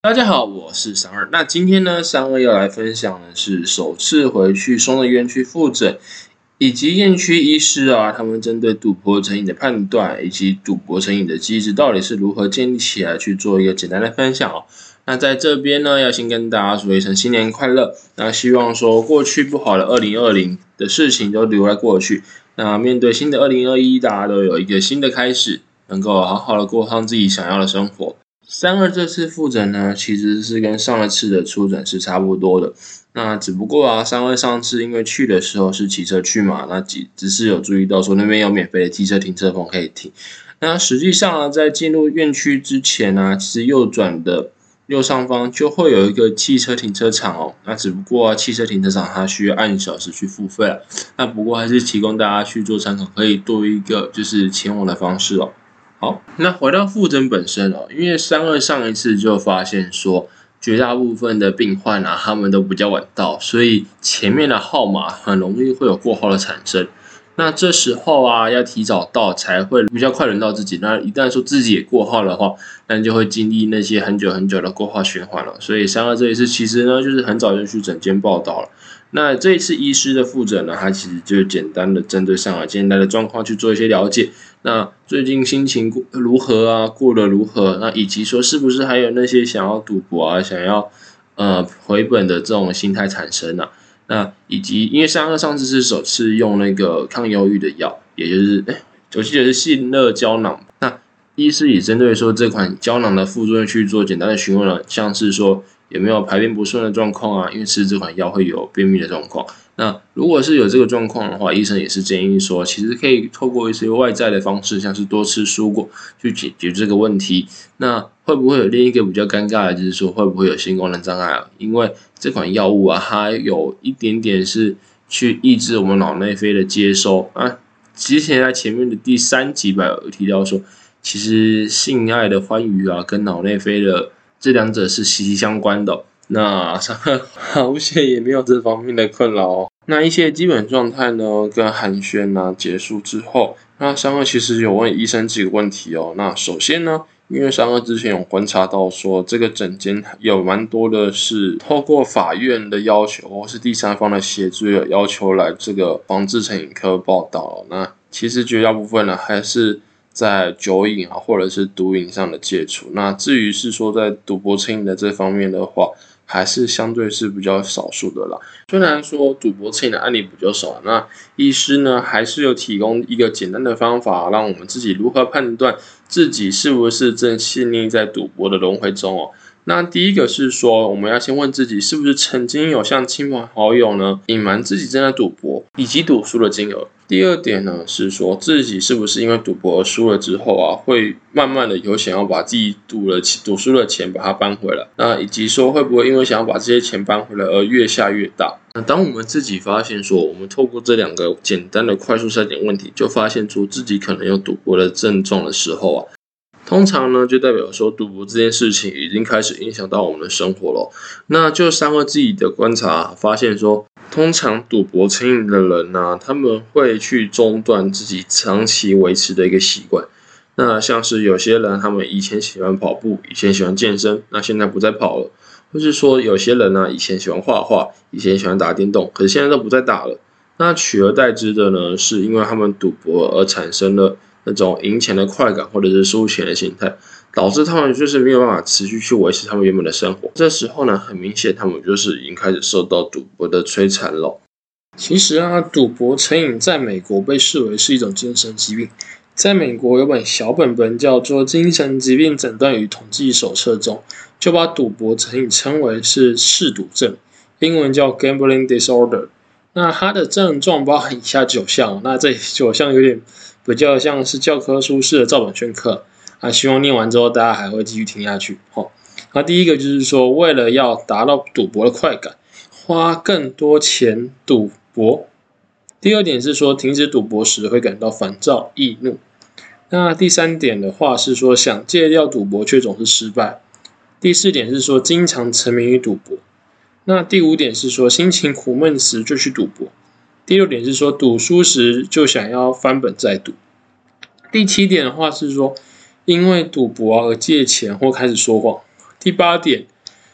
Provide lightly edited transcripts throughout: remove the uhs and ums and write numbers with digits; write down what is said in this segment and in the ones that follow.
大家好，我是三二。那今天呢，三二要来分享的是首次回去松德院区复诊，以及院区医师他们针对赌博成瘾的判断，以及赌博成瘾的机制到底是如何建立起来，去做一个简单的分享哦。那在这边呢，要先跟大家说一声新年快乐。那希望说过去不好的2020的事情都留在过去。那面对新的2021，大家都有一个新的开始，能够好好的过上自己想要的生活。三二这次复诊呢，其实是跟上一次的出诊是差不多的。那只不过三二上次因为去的时候是骑车去嘛，那只是有注意到说那边有免费的机车停车棚可以停。那实际上在进入院区之前其实右转的右上方就会有一个汽车停车场哦。那只不过汽车停车场它需要按小时去付费了。那不过还是提供大家去做参考，可以多一个就是前往的方式哦。好，那回到复诊本身因为三二上一次就发现说，绝大部分的病患他们都比较晚到，所以前面的号码很容易会有过号的产生。那这时候要提早到才会比较快轮到自己。那一旦说自己也过号的话，那就会经历那些很久很久的过号循环了。所以三二这一次其实呢，就是很早就去诊间报道了。那这一次医师的复诊呢，他其实就简单的针对上简单的状况去做一些了解。那最近心情如何过得如何？那以及说是不是还有那些想要赌博想要回本的这种心态产生那以及因为三二上次是首次用那个抗忧郁的药，也就是我记得是信乐胶囊。那医师也针对说这款胶囊的副作用去做简单的询问了，像是说有没有排便不顺的状况因为吃这款药会有便秘的状况。那如果是有这个状况的话，医生也是建议说，其实可以透过一些外在的方式，像是多吃蔬果去解决这个问题。那会不会有另一个比较尴尬的，就是说会不会有性功能障碍因为这款药物它有一点点是去抑制我们脑内啡的接收之前在前面的第3集有提到说，其实性爱的欢愉跟脑内啡的这两者是息息相关的那好险也没有这方面的困扰那一些基本状态呢，跟寒暄结束之后，那三二其实有问医生几个问题那首先呢，因为三二之前有观察到说，这个诊间有蛮多的是透过法院的要求或是第三方的协助要求来这个防治成瘾科报道那其实绝大部分呢还是在酒瘾或者是毒瘾上的戒除。那至于是说在赌博成瘾的这方面的话，还是相对是比较少数的啦。虽然说赌博成瘾的案例比较少，那医师呢还是有提供一个简单的方法，让我们自己如何判断自己是不是正陷溺在赌博的轮回中那第一个是说，我们要先问自己是不是曾经有向亲朋好友呢隐瞒自己正在赌博以及赌输的金额。第二点呢是说，自己是不是因为赌博而输了之后会慢慢的有想要把自己赌输的钱把它搬回来。那以及说会不会因为想要把这些钱搬回来而越下越大。那当我们自己发现说，我们透过这两个简单的快速筛检问题，就发现出自己可能有赌博的症状的时候通常呢，就代表说赌博这件事情已经开始影响到我们的生活了。那就三二自己的观察发现说，通常赌博成瘾的人他们会去中断自己长期维持的一个习惯。那像是有些人他们以前喜欢跑步，以前喜欢健身，那现在不再跑了。或是说有些人以前喜欢画画，以前喜欢打电动，可是现在都不再打了。那取而代之的呢，是因为他们赌博而产生了那种赢钱的快感或者是输钱的心态，导致他们就是没有办法持续去维持他们原本的生活。这时候呢，很明显他们就是已经开始受到赌博的摧残了。其实赌博成瘾在美国被视为是一种精神疾病。在美国有本小本本叫做《精神疾病诊断与统计手册》中，就把赌博成瘾称为是嗜赌症，英文叫 Gambling Disorder。那它的症状包含以下9项，那这9项有点比较像是教科书式的照本宣科希望念完之后大家还会继续听下去那第一个就是说，为了要达到赌博的快感，花更多钱赌博。第二点是说，停止赌博时会感到烦躁、易怒。那第3点的话是说，想戒掉赌博却总是失败。第4点是说，经常沉迷于赌博。那第5点是说，心情苦闷时就去赌博。第6点是说，赌输时就想要翻本再赌。第7点的话是说，因为赌博而借钱或开始说谎。第8点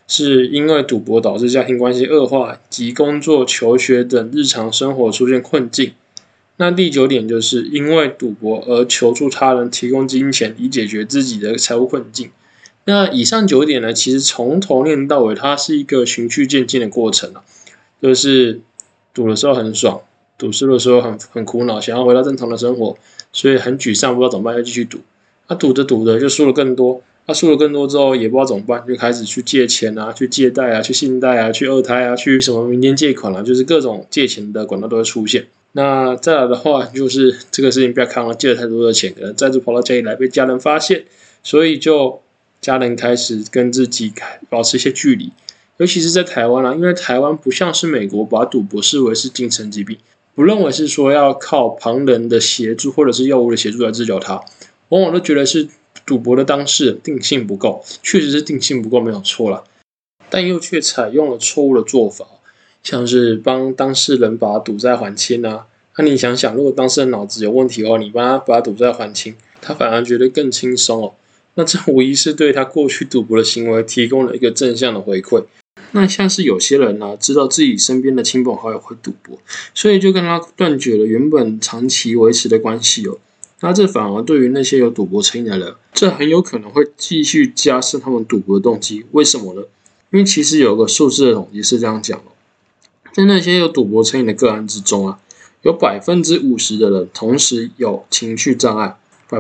是因为赌博导致家庭关系恶化及工作、求学等日常生活出现困境。那第9点就是因为赌博而求助他人提供金钱以解决自己的财务困境。那以上9点呢，其实从头念到尾，它是一个循序渐进的过程就是赌的时候很爽，赌输的时候很苦恼，想要回到正常的生活，所以很沮丧，不知道怎么办，要继续赌。赌着赌着就输了更多，输了更多之后也不知道怎么办，就开始去借钱啊，去借贷啊，去信贷啊，去二胎啊，去什么民间借款就是各种借钱的管道都会出现。那再来的话，就是这个事情不要看了，借了太多的钱，可能债主跑到家里来被家人发现，所以就家人开始跟自己保持一些距离。尤其是在台湾因为台湾不像是美国把赌博视为是精神疾病，不认为是说要靠旁人的协助或者是药物的协助来治疗它，往往都觉得是赌博的当事人定性不够，确实是定性不够没有错啦，但又却采用了错误的做法，像是帮当事人把赌债还清那你想想，如果当事人脑子有问题的话，你帮他把赌债还清，他反而觉得更轻松那这无疑是对他过去赌博的行为提供了一个正向的回馈。那像是有些人知道自己身边的亲朋好友会赌博，所以就跟他断绝了原本长期维持的关系那这反而对于那些有赌博成瘾的人，这很有可能会继续加深他们赌博的动机。为什么呢？因为其实有个数字的统计是这样讲在那些有赌博成瘾的个案之中有 50% 的人同时有情绪障碍，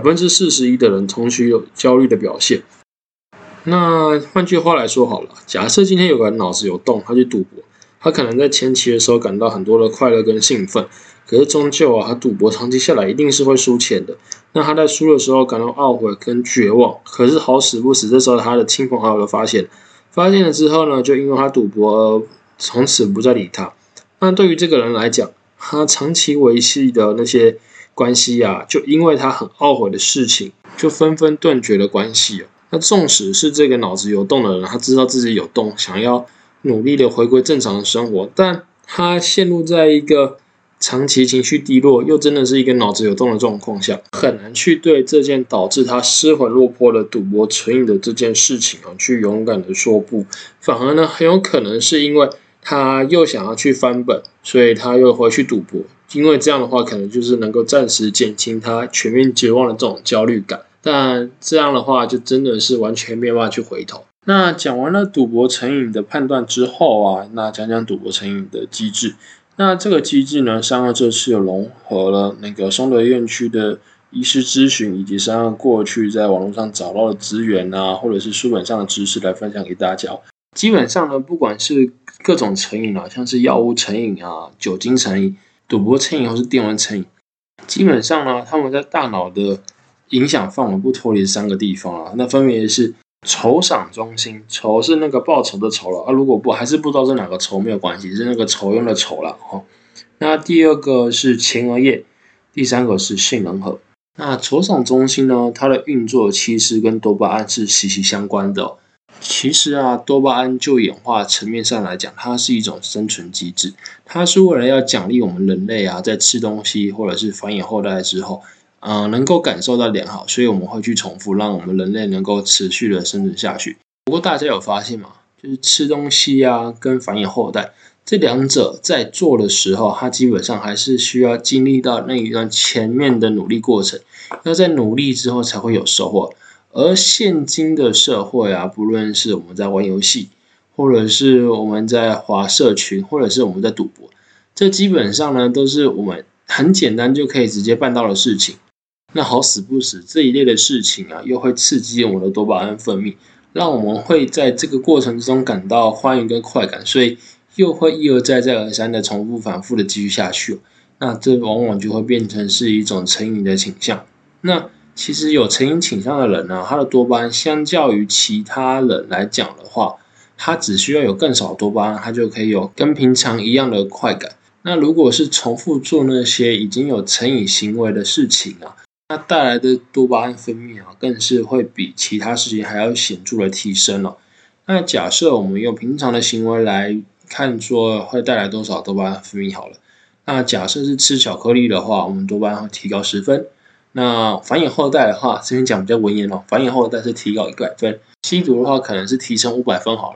41% 的人同时有焦虑的表现。那换句话来说好了，假设今天有个人脑子有洞，他去赌博，他可能在前期的时候感到很多的快乐跟兴奋，可是终究他赌博长期下来一定是会输钱的。那他在输的时候感到懊悔跟绝望，可是好死不死，这时候他的亲朋好友都发现了之后呢，就因为他赌博而从此不再理他。那对于这个人来讲，他长期维系的那些关系就因为他很懊悔的事情，就纷纷断绝了关系那纵使是这个脑子有洞的人，他知道自己有洞，想要努力的回归正常的生活，但他陷入在一个长期情绪低落，又真的是一个脑子有洞的状况下，很难去对这件导致他失魂落魄的赌博成瘾的这件事情去勇敢的说不，反而呢很有可能是因为他又想要去翻本，所以他又回去赌博，因为这样的话可能就是能够暂时减轻他全面绝望的这种焦虑感，但这样的话就真的是完全没办法去回头。那讲完了赌博成瘾的判断之后那讲讲赌博成瘾的机制。那这个机制呢，三二这次有融合了那个松德院区的医师咨询，以及三二过去在网络上找到的资源或者是书本上的知识来分享给大家。基本上呢，不管是各种成瘾像是药物成瘾酒精成瘾、赌博成瘾或是电玩成瘾，基本上呢，他们在大脑的影响范围不脱离3个地方那分别是酬赏中心，酬是那个报酬的酬如果还是不知道是哪个酬没有关系，是那个酬用的酬那第2个是前额叶，第3个是杏仁核。那酬赏中心呢，它的运作其实跟多巴胺是息息相关的其实多巴胺就演化层面上来讲，它是一种生存机制，它是为了要奖励我们人类在吃东西或者是繁衍后代之后能够感受到良好，所以我们会去重复，让我们人类能够持续的生存下去。不过大家有发现吗？就是吃东西跟繁衍后代这两者在做的时候，它基本上还是需要经历到那一段前面的努力过程，要在努力之后才会有收获。而现今的社会不论是我们在玩游戏，或者是我们在滑社群，或者是我们在赌博，这基本上呢都是我们很简单就可以直接办到的事情。那好死不死这一类的事情又会刺激我们的多巴胺分泌，让我们会在这个过程中感到欢愉跟快感，所以又会一而再再而三的重复反复的继续下去那这往往就会变成是一种成瘾的倾向。那其实有成瘾倾向的人他的多巴胺相较于其他人来讲的话，他只需要有更少多巴胺，他就可以有跟平常一样的快感。那如果是重复做那些已经有成瘾行为的事情那带来的多巴胺分泌更是会比其他事情还要显著的提升那假设我们用平常的行为来看说会带来多少多巴胺分泌好了，那假设是吃巧克力的话，我们多巴胺会提高10分。那繁衍后代的话，这边讲比较文言繁衍后代是提高100分，吸毒的话可能是提升500分好了。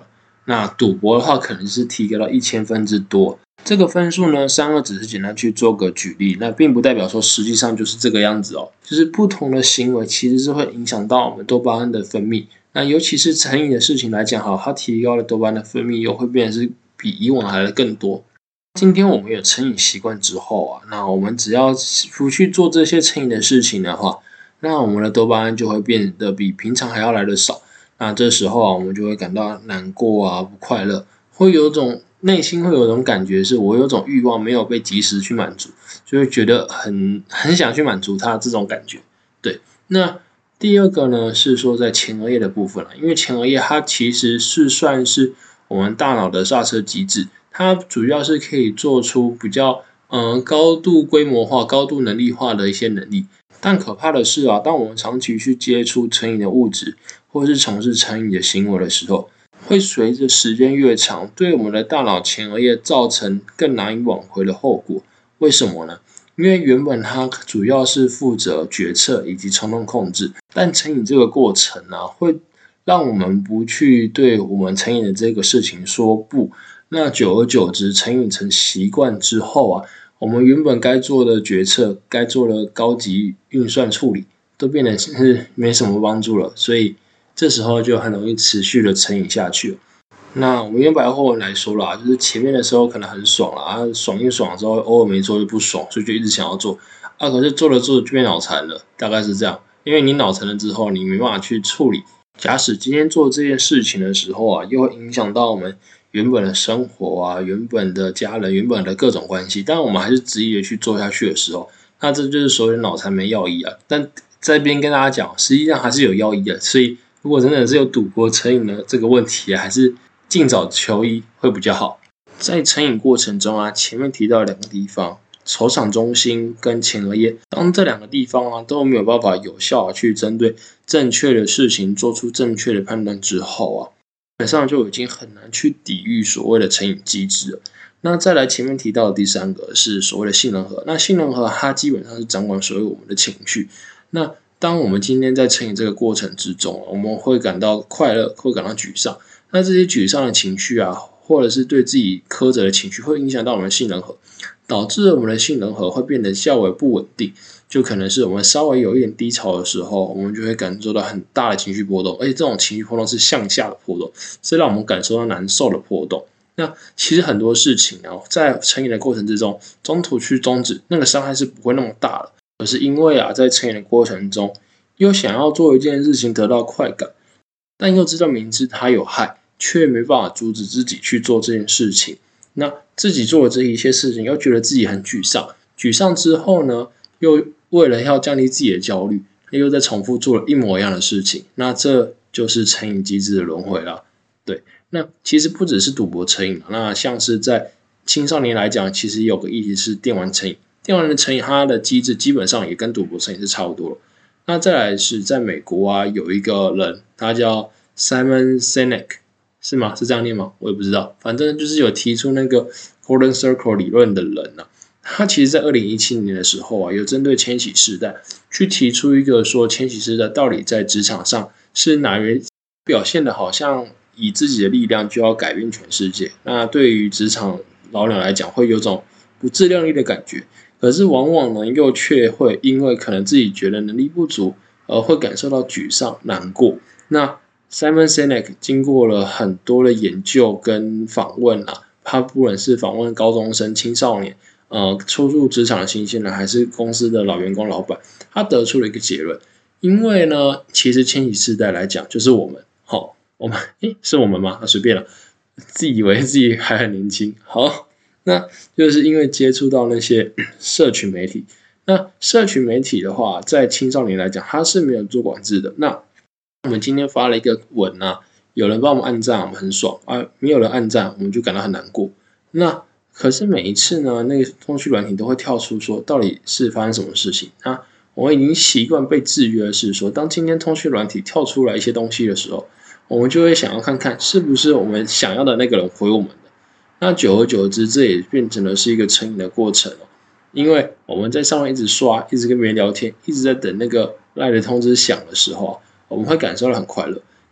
那赌博的话可能是提高到1000分之多。这个分数呢，32只是简单去做个举例，那并不代表说实际上就是这个样子哦。就是不同的行为其实是会影响到我们多巴胺的分泌。那尤其是成瘾的事情来讲，它提高了多巴胺的分泌，又会变成是比以往来的更多。今天我们有成瘾习惯之后啊，那我们只要不去做这些成瘾的事情的话，那我们的多巴胺就会变得比平常还要来得少。那这时候啊，我们就会感到难过啊，不快乐，内心会有种感觉，是我有种欲望没有被及时去满足，就会觉得很想去满足它这种感觉。对，那第二个呢是说在前额叶的部分，因为前额叶它其实是算是我们大脑的刹车机制，它主要是可以做出比较高度规模化、高度能力化的一些能力。但可怕的是啊，当我们长期去接触成瘾的物质，或是从事成瘾的行为的时候，会随着时间越长，对我们的大脑前额叶造成更难以挽回的后果。为什么呢？因为原本它主要是负责决策以及冲动控制，但成瘾这个过程啊，会让我们不去对我们成瘾的这个事情说不。那久而久之，成瘾成习惯之后啊，我们原本该做的决策、该做的高级运算处理，都变得是没什么帮助了。所以这时候就很容易持续的成瘾下去了。那我们用白话文来说啦，就是前面的时候可能很爽啦，爽一爽之后，偶尔没做就不爽，所以就一直想要做啊。可是做着做着就变脑残了，大概是这样。因为你脑残了之后，你没办法去处理。假使今天做这件事情的时候啊，又会影响到我们原本的生活啊、原本的家人、原本的各种关系，但我们还是执意的去做下去的时候，那这就是所谓的脑残没药医啊。但在这边跟大家讲，实际上还是有药医的，所以如果真的是有赌博成瘾的这个问题，还是尽早求医会比较好。在成瘾过程中啊，前面提到两个地方，酬赏中心跟前额叶，当这两个地方啊都没有办法有效的去针对正确的事情做出正确的判断之后啊，基本上就已经很难去抵御所谓的成瘾机制了。那再来前面提到的第三个是所谓的杏仁核，那杏仁核它基本上是掌管所有我们的情绪。那当我们今天在成瘾这个过程之中，我们会感到快乐，会感到沮丧。那这些沮丧的情绪啊，或者是对自己苛责的情绪，会影响到我们的杏仁核，导致我们的杏仁核会变得较为不稳定。就可能是我们稍微有一点低潮的时候，我们就会感受到很大的情绪波动，而且这种情绪波动是向下的波动，是让我们感受到难受的波动。那其实很多事情啊，在成瘾的过程之中，中途去终止，那个伤害是不会那么大的。可是因为啊，在成瘾的过程中，又想要做一件事情得到快感，但又知道明知它有害，却没办法阻止自己去做这件事情。那自己做了这一些事情，又觉得自己很沮丧，沮丧之后呢，又为了要降低自己的焦虑，又在重复做了一模一样的事情。那这就是成瘾机制的轮回了。对，那其实不只是赌博成瘾，那像是在青少年来讲，其实有个议题是电玩成瘾。电玩的成瘾，它的机制基本上也跟赌博成瘾是差不多了。那再来是在美国啊，有一个人，他叫 Simon Sinek， 是吗？是这样念吗？我也不知道，反正就是有提出那个 Golden Circle 理论的人啊，他其实在2017年的时候啊，有针对千禧世代去提出一个说，千禧世代到底在职场上是哪人表现的好像以自己的力量就要改变全世界。那对于职场老鸟来讲，会有种不自量力的感觉。可是往往呢，又却会因为可能自己觉得能力不足，而会感受到沮丧、难过。那 Simon Sinek 经过了很多的研究跟访问啊，他不管是访问高中生、青少年，初入职场的新鲜人，还是公司的老员工、老板，他得出了一个结论。因为呢，其实千禧世代来讲，就是我们，我们是我们吗？随便了，自以为自己还很年轻，好。那就是因为接触到那些社群媒体，那社群媒体的话，在青少年来讲，它是没有做管制的。那我们今天发了一个文啊，有人帮我们按赞，我们很爽啊；没有人按赞，我们就感到很难过。那可是每一次呢，那个通讯软体都会跳出说，到底是发生什么事情？那我们已经习惯被制约的是说，当今天通讯软体跳出来一些东西的时候，我们就会想要看看是不是我们想要的那个人回我们。那久而久之，这也变成了是一个成瘾的过程哦。因为我们在上面一直刷，一直跟别人聊天，一直在等那个LINE的通知响的时候，我们会感受到很快乐。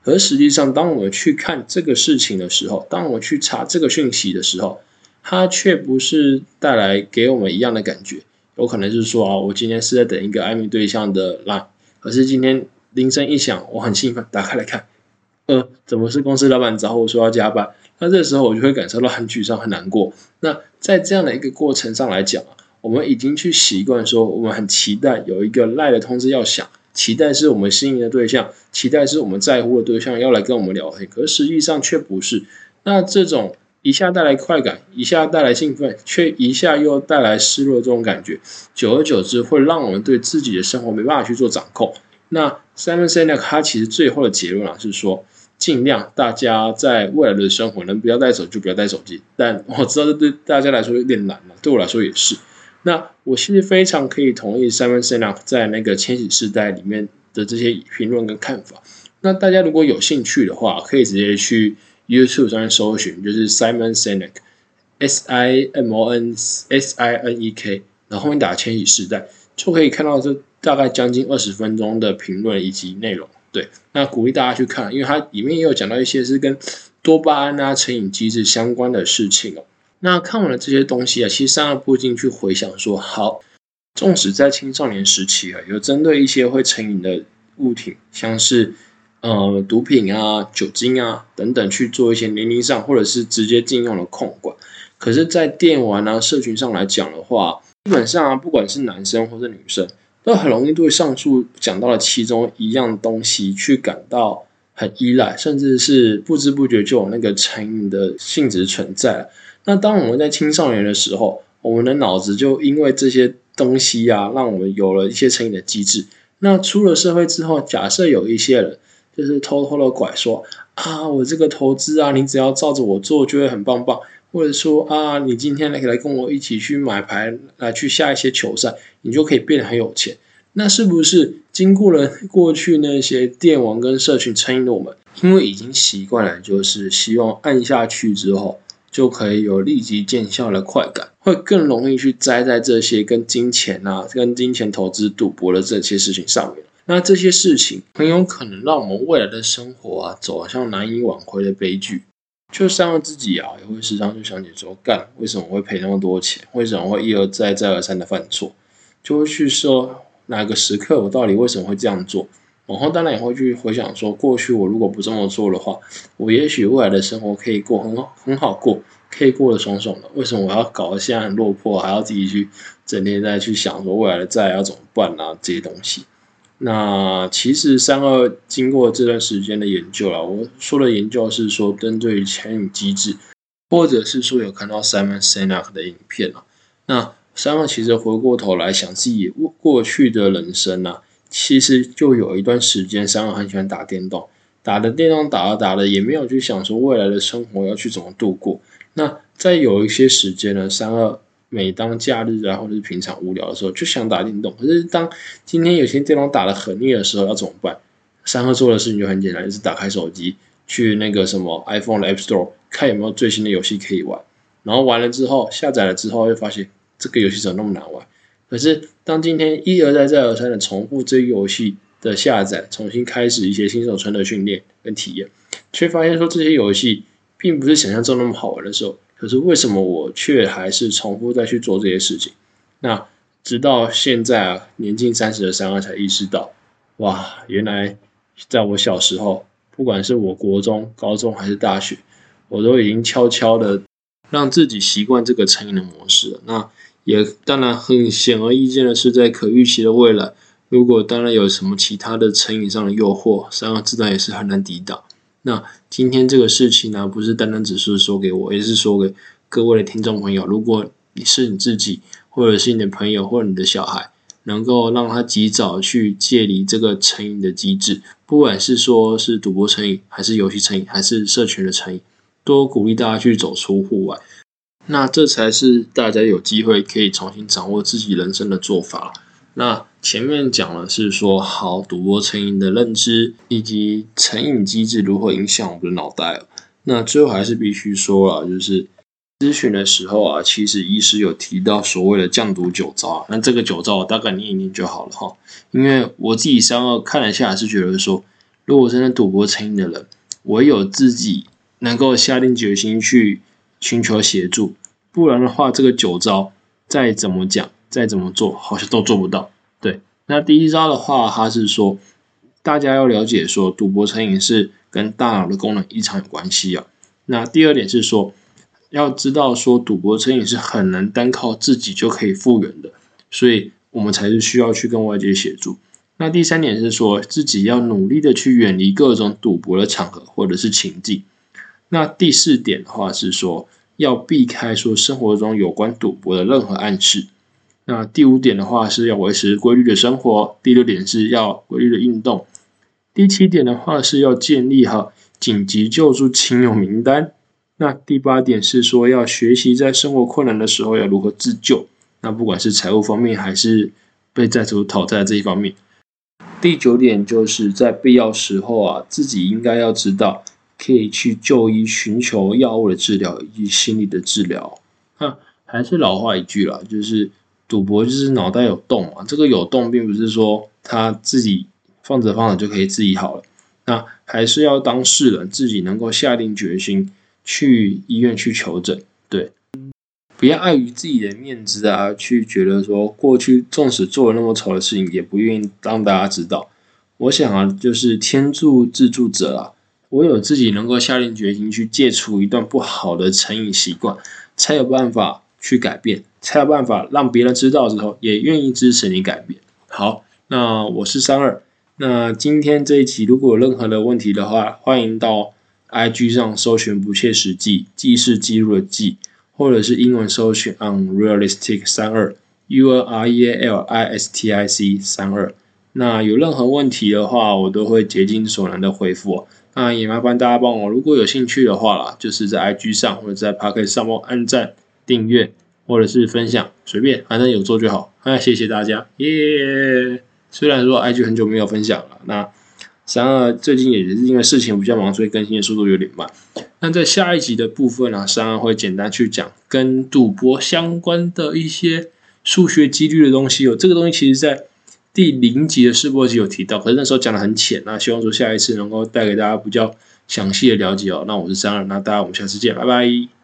而实际上，当我们去看这个事情的时候，当我们去查这个讯息的时候，它却不是带来给我们一样的感觉。有可能是说啊，我今天是在等一个暧昧对象的 line， 可是今天铃声一响，我很兴奋，打开来看，怎么是公司老板找我说要加班？那这时候我就会感受到很沮丧、很难过。那在这样的一个过程上来讲啊，我们已经去习惯说，我们很期待有一个 line 的通知要响，期待是我们心仪的对象，期待是我们在乎的对象要来跟我们聊天，可是实际上却不是。那这种一下带来快感，一下带来兴奋，却一下又带来失落的这种感觉，久而久之会让我们对自己的生活没办法去做掌控。那 Simon Sinek 他其实最后的结论是说，尽量大家在未来的生活能不要带手机就不要带手机，但我知道这对大家来说有点难了，对我来说也是。那我其实非常可以同意 Simon Sinek 在那个千禧世代里面的这些评论跟看法。那大家如果有兴趣的话，可以直接去 YouTube 上面搜寻，就是 Simon Sinek SIMON SINEK， 然后后面打千禧世代，就可以看到这大概将近20分钟的评论以及内容。对，那鼓励大家去看，因为它里面也有讲到一些是跟多巴胺啊、成瘾机制相关的事情哦。那看完了这些东西啊，其实上要不禁去回想说，好，纵使在青少年时期有针对一些会成瘾的物品，像是毒品啊、酒精啊等等去做一些年龄上或者是直接禁用的控管，可是，在电玩啊、社群上来讲的话，基本上不管是男生或是女生，都很容易对上述讲到的其中一样东西去感到很依赖，甚至是不知不觉就有那个成瘾的性质存在。那当我们在青少年的时候，我们的脑子就因为这些东西啊，让我们有了一些成瘾的机制。那出了社会之后，假设有一些人就是偷偷的拐说啊，我这个投资啊，你只要照着我做就会很棒棒，或者说啊，你今天来跟我一起去买牌，来去下一些球赛，你就可以变得很有钱。那是不是经过了过去那些电玩跟社群成瘾的我们，因为已经习惯了，就是希望按下去之后就可以有立即见效的快感，会更容易去栽在这些跟金钱啊、跟金钱投资、赌博的这些事情上面。那这些事情很有可能让我们未来的生活啊走向难以挽回的悲剧。就像自己啊，也会时常去想起说，为什么会赔那么多钱？为什么会一而再、再而三的犯错？就会去说哪个时刻我到底为什么会这样做？然后当然也会去回想说，过去我如果不这么做的话，我也许未来的生活可以过很好过，可以过得爽爽的。为什么我要搞得现在很落魄，还要自己去整天在去想说未来的债要怎么办啊这些东西？那其实32经过这段时间的研究啦，我说的研究是说针对于成瘾机制，或者是说有看到 Simon Sinek 的影片啊。那32其实回过头来想自己过去的人生啊，其实就有一段时间32很喜欢打电动，打的也没有去想说未来的生活要去怎么度过。那在有一些时间呢，32每当假日啊，或者是平常无聊的时候，就想打电动。可是当今天有些电动打得很腻的时候，要怎么办？32做的事情就很简单，就是打开手机，去那个什么 iPhone 的 App Store 看有没有最新的游戏可以玩。然后玩了之后，下载了之后，会发现这个游戏怎么那么难玩？可是当今天一而再再而三的重复这个游戏的下载，重新开始一些新手村的训练跟体验，却发现说这些游戏并不是想象中那么好玩的时候。可是为什么我却还是重复再去做这些事情？那直到现在啊，年近30的32才意识到，哇，原来在我小时候，不管是我国中、高中还是大学，我都已经悄悄的让自己习惯这个成瘾的模式了。那也当然很显而易见的是，在可预期的未来，如果当然有什么其他的成瘾上的诱惑，32自然也是很难抵挡。那今天这个事情呢，不是单单只是说给我，也是说给各位的听众朋友。如果你是你自己，或者是你的朋友，或者你的小孩，能够让他及早去戒离这个成瘾的机制，不管是说是赌博成瘾，还是游戏成瘾，还是社群的成瘾，多鼓励大家去走出户外。那这才是大家有机会可以重新掌握自己人生的做法。那前面讲的是说好赌博成瘾的认知，以及成瘾机制如何影响我们的脑袋。那最后还是必须说了，就是咨询的时候啊，其实医师有提到所谓的降毒9招。那这个9招我大概念一念就好了哈。因为我自己32看了下来是觉得说， 如果真的赌博成瘾的人，唯有自己能够下定决心去寻求协助，不然的话，这个9招再怎么讲，再怎么做，好像都做不到。对，那第1招的话，它是说大家要了解说，赌博成瘾是跟大脑的功能异常有关系啊。那第2点是说，要知道说赌博成瘾是很难单靠自己就可以复原的，所以我们才是需要去跟外界协助。那第3点是说，自己要努力的去远离各种赌博的场合或者是情境。那第4点的话是说，要避开说生活中有关赌博的任何暗示。那第5点的话是要维持规律的生活。第6点是要规律的运动。第7点的话是要建立好紧急救助亲友名单。那第8点是说要学习在生活困难的时候要如何自救。那不管是财务方面还是被债主讨债这一方面。第9点就是在必要时候啊，自己应该要知道可以去就医寻求药物的治疗以及心理的治疗。那还是老话一句啦，就是赌博就是脑袋有洞嘛，这个有洞并不是说他自己放着就可以自己好了，那还是要当事人自己能够下定决心去医院去求诊。对，不要碍于自己的面子啊，去觉得说过去纵使做了那么丑的事情，也不愿意让大家知道。我想啊，就是天助自助者啊，唯有自己能够下定决心去戒除一段不好的成瘾习惯，才有办法去改变，才有办法让别人知道之后也愿意支持你改变。好，那我是32，那今天这一集如果有任何的问题的话，欢迎到 IG 上搜寻不切实际，记是记录的记，或者是英文搜寻 unrealistic 32 UNREALISTIC 32。那有任何问题的话，我都会竭尽所能的回复。那也麻烦大家帮我，如果有兴趣的话啦，就是在 IG 上或者在 Podcast 上帮我按赞、订阅或者是分享，随便，反正有做就好。谢谢大家，耶！虽然说 IG 很久没有分享了，那32最近也是因为事情比较忙，所以更新的速度有点慢。那在下一集的部分呢，32会简单去讲跟赌博相关的一些数学几率的东西哦。这个东西其实在第0集的试播集有提到，可是那时候讲得很浅，那希望说下一次能够带给大家比较详细的了解哦。那我是32，那大家我们下次见，拜拜。